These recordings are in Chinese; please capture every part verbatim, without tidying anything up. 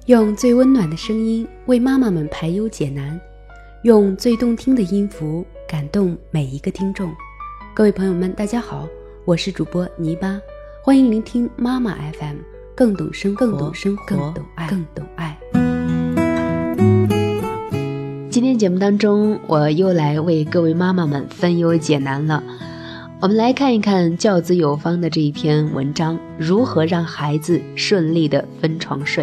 用最温暖的声音为妈妈们排忧解难，用最动听的音符感动每一个听众。各位朋友们大家好，我是主播泥巴，欢迎聆听妈妈 F M， 更懂生活，更懂生活，更懂爱，更懂爱。今天节目当中，我又来为各位妈妈们分忧解难了。我们来看一看教子有方的这一篇文章，如何让孩子顺利的分床睡。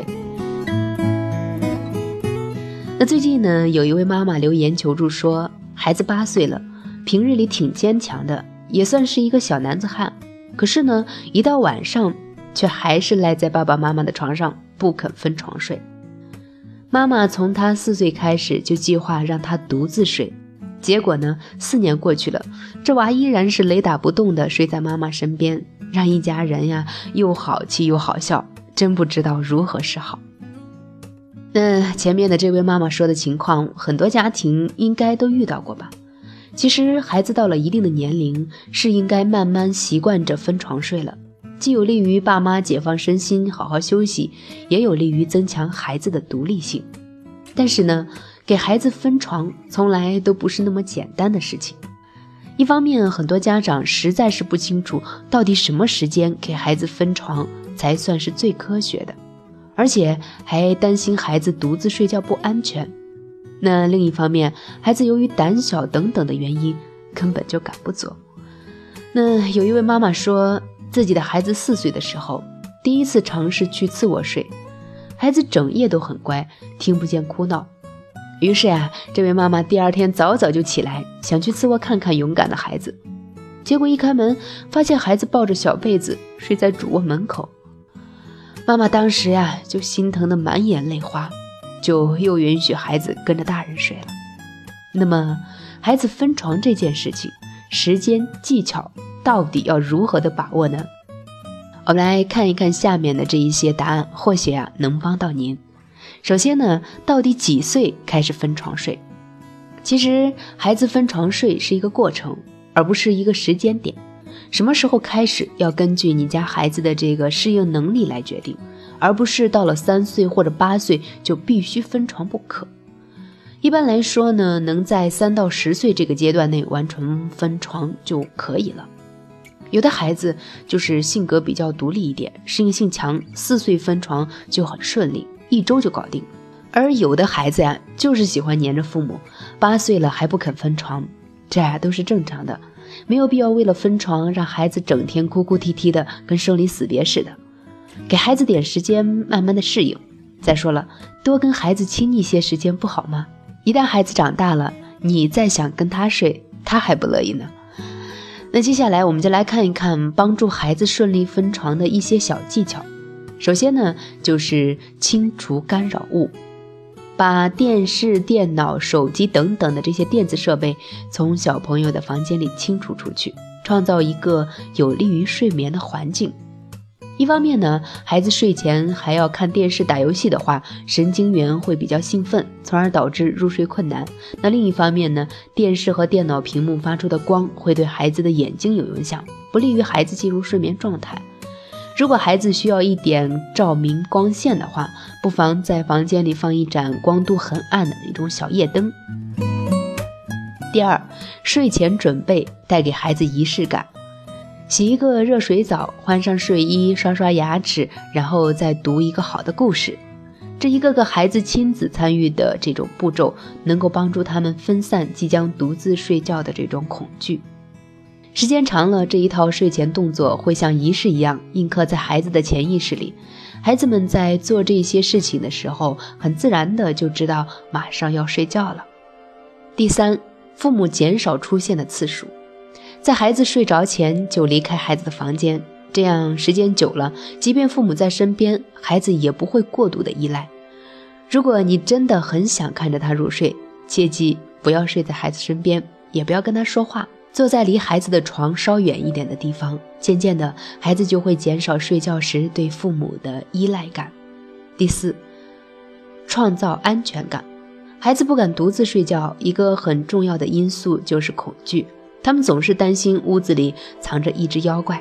那最近呢，有一位妈妈留言求助说，孩子八岁了，平日里挺坚强的，也算是一个小男子汉，可是呢，一到晚上却还是赖在爸爸妈妈的床上不肯分床睡。妈妈从他四岁开始就计划让他独自睡，结果呢，四年过去了，这娃依然是雷打不动的睡在妈妈身边，让一家人呀又好气又好笑，真不知道如何是好。那前面的这位妈妈说的情况，很多家庭应该都遇到过吧。其实孩子到了一定的年龄，是应该慢慢习惯着分床睡了，既有利于爸妈解放身心好好休息，也有利于增强孩子的独立性。但是呢，给孩子分床从来都不是那么简单的事情。一方面，很多家长实在是不清楚到底什么时间给孩子分床才算是最科学的，而且还担心孩子独自睡觉不安全。那另一方面，孩子由于胆小等等的原因，根本就敢不走。那有一位妈妈说，自己的孩子四岁的时候，第一次尝试去次卧睡，孩子整夜都很乖，听不见哭闹。于是啊，这位妈妈第二天早早就起来，想去次卧看看勇敢的孩子。结果一开门，发现孩子抱着小被子睡在主卧门口。妈妈当时呀、啊，就心疼得满眼泪花，就又允许孩子跟着大人睡了。那么孩子分床这件事情，时间技巧到底要如何的把握呢？我们来看一看下面的这一些答案，或许啊能帮到您。首先呢，到底几岁开始分床睡？其实孩子分床睡是一个过程，而不是一个时间点。什么时候开始要根据你家孩子的这个适应能力来决定，而不是到了三岁或者八岁就必须分床不可。一般来说呢，能在三到十岁这个阶段内完成分床就可以了。有的孩子就是性格比较独立一点，适应性强，四岁分床就很顺利，一周就搞定。而有的孩子呀，就是喜欢黏着父母，八岁了还不肯分床，这呀都是正常的，没有必要为了分床让孩子整天哭哭啼啼的，跟生离死别似的。给孩子点时间慢慢的适应。再说了，多跟孩子亲密些时间不好吗？一旦孩子长大了，你再想跟他睡，他还不乐意呢。那接下来我们就来看一看帮助孩子顺利分床的一些小技巧。首先呢，就是清除干扰物，把电视、电脑、手机等等的这些电子设备从小朋友的房间里清除出去，创造一个有利于睡眠的环境。一方面呢，孩子睡前还要看电视打游戏的话，神经元会比较兴奋，从而导致入睡困难。那另一方面呢，电视和电脑屏幕发出的光会对孩子的眼睛有影响，不利于孩子进入睡眠状态。如果孩子需要一点照明光线的话，不妨在房间里放一盏光度很暗的那种小夜灯。第二，睡前准备带给孩子仪式感。洗一个热水澡，换上睡衣，刷刷牙齿，然后再读一个好的故事。这一个个孩子亲自参与的这种步骤，能够帮助他们分散即将独自睡觉的这种恐惧。时间长了，这一套睡前动作会像仪式一样印刻在孩子的潜意识里。孩子们在做这些事情的时候，很自然的就知道马上要睡觉了。第三，父母减少出现的次数。在孩子睡着前就离开孩子的房间，这样时间久了，即便父母在身边，孩子也不会过度的依赖。如果你真的很想看着他入睡，切记不要睡在孩子身边，也不要跟他说话，坐在离孩子的床稍远一点的地方，渐渐的，孩子就会减少睡觉时对父母的依赖感。第四，创造安全感。孩子不敢独自睡觉，一个很重要的因素就是恐惧。他们总是担心屋子里藏着一只妖怪。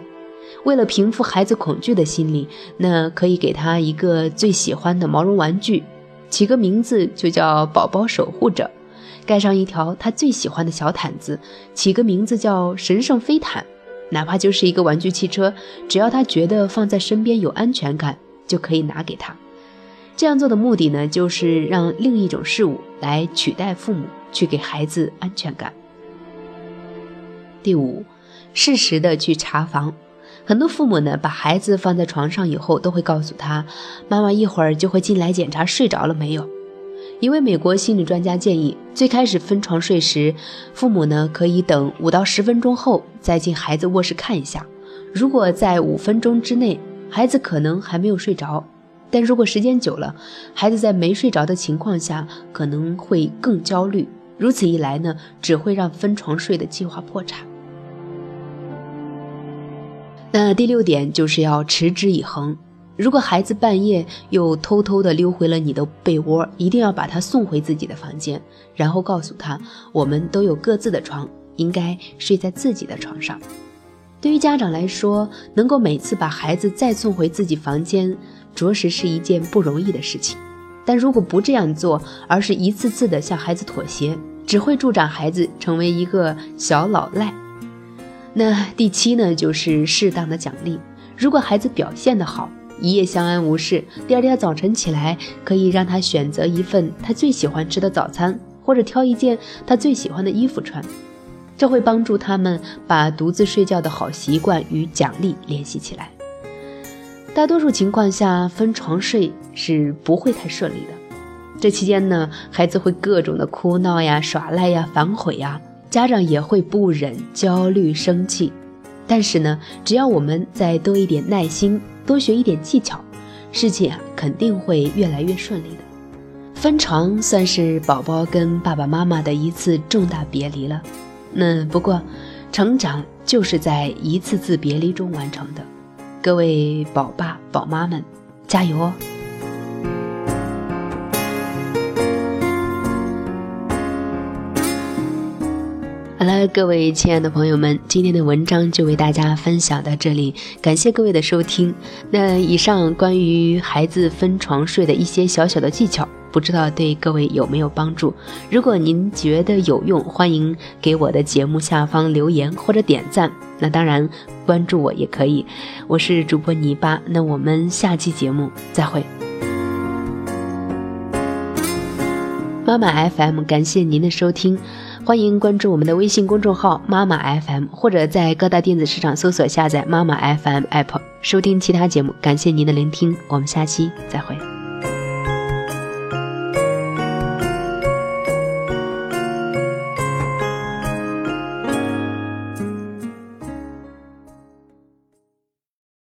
为了平复孩子恐惧的心理，那可以给他一个最喜欢的毛绒玩具，起个名字就叫宝宝守护者，盖上一条他最喜欢的小毯子，起个名字叫神圣飞毯。哪怕就是一个玩具汽车，只要他觉得放在身边有安全感，就可以拿给他。这样做的目的呢，就是让另一种事物来取代父母，去给孩子安全感。第五，适时的去查房。很多父母呢，把孩子放在床上以后，都会告诉他，妈妈一会儿就会进来检查睡着了没有。一位美国心理专家建议，最开始分床睡时，父母呢可以等五到十分钟后再进孩子卧室看一下。如果在五分钟之内，孩子可能还没有睡着，但如果时间久了，孩子在没睡着的情况下可能会更焦虑。如此一来呢，只会让分床睡的计划破产。那第六点就是要持之以恒。如果孩子半夜又偷偷地溜回了你的被窝，一定要把他送回自己的房间，然后告诉他，我们都有各自的床，应该睡在自己的床上。对于家长来说，能够每次把孩子再送回自己房间，着实是一件不容易的事情。但如果不这样做，而是一次次地向孩子妥协，只会助长孩子成为一个小老赖。那第七呢，就是适当的奖励。如果孩子表现得好，一夜相安无事，第二天早晨起来，可以让他选择一份他最喜欢吃的早餐，或者挑一件他最喜欢的衣服穿。这会帮助他们把独自睡觉的好习惯与奖励联系起来。大多数情况下，分床睡是不会太顺利的。这期间呢，孩子会各种的哭闹呀、耍赖呀、反悔呀，家长也会不忍、焦虑、生气。但是呢，只要我们再多一点耐心，多学一点技巧，事情啊肯定会越来越顺利的。分床算是宝宝跟爸爸妈妈的一次重大别离了。那不过，成长就是在一次次别离中完成的。各位宝爸宝妈们，加油哦！好了，各位亲爱的朋友们，今天的文章就为大家分享到这里，感谢各位的收听。那以上关于孩子分床睡的一些小小的技巧，不知道对各位有没有帮助？如果您觉得有用，欢迎给我的节目下方留言或者点赞，那当然关注我也可以。我是主播泥巴，那我们下期节目再会。妈妈 F M， 感谢您的收听，欢迎关注我们的微信公众号妈妈 F M， 或者在各大电子市场搜索下载妈妈 F M App 收听其他节目。感谢您的聆听，我们下期再会。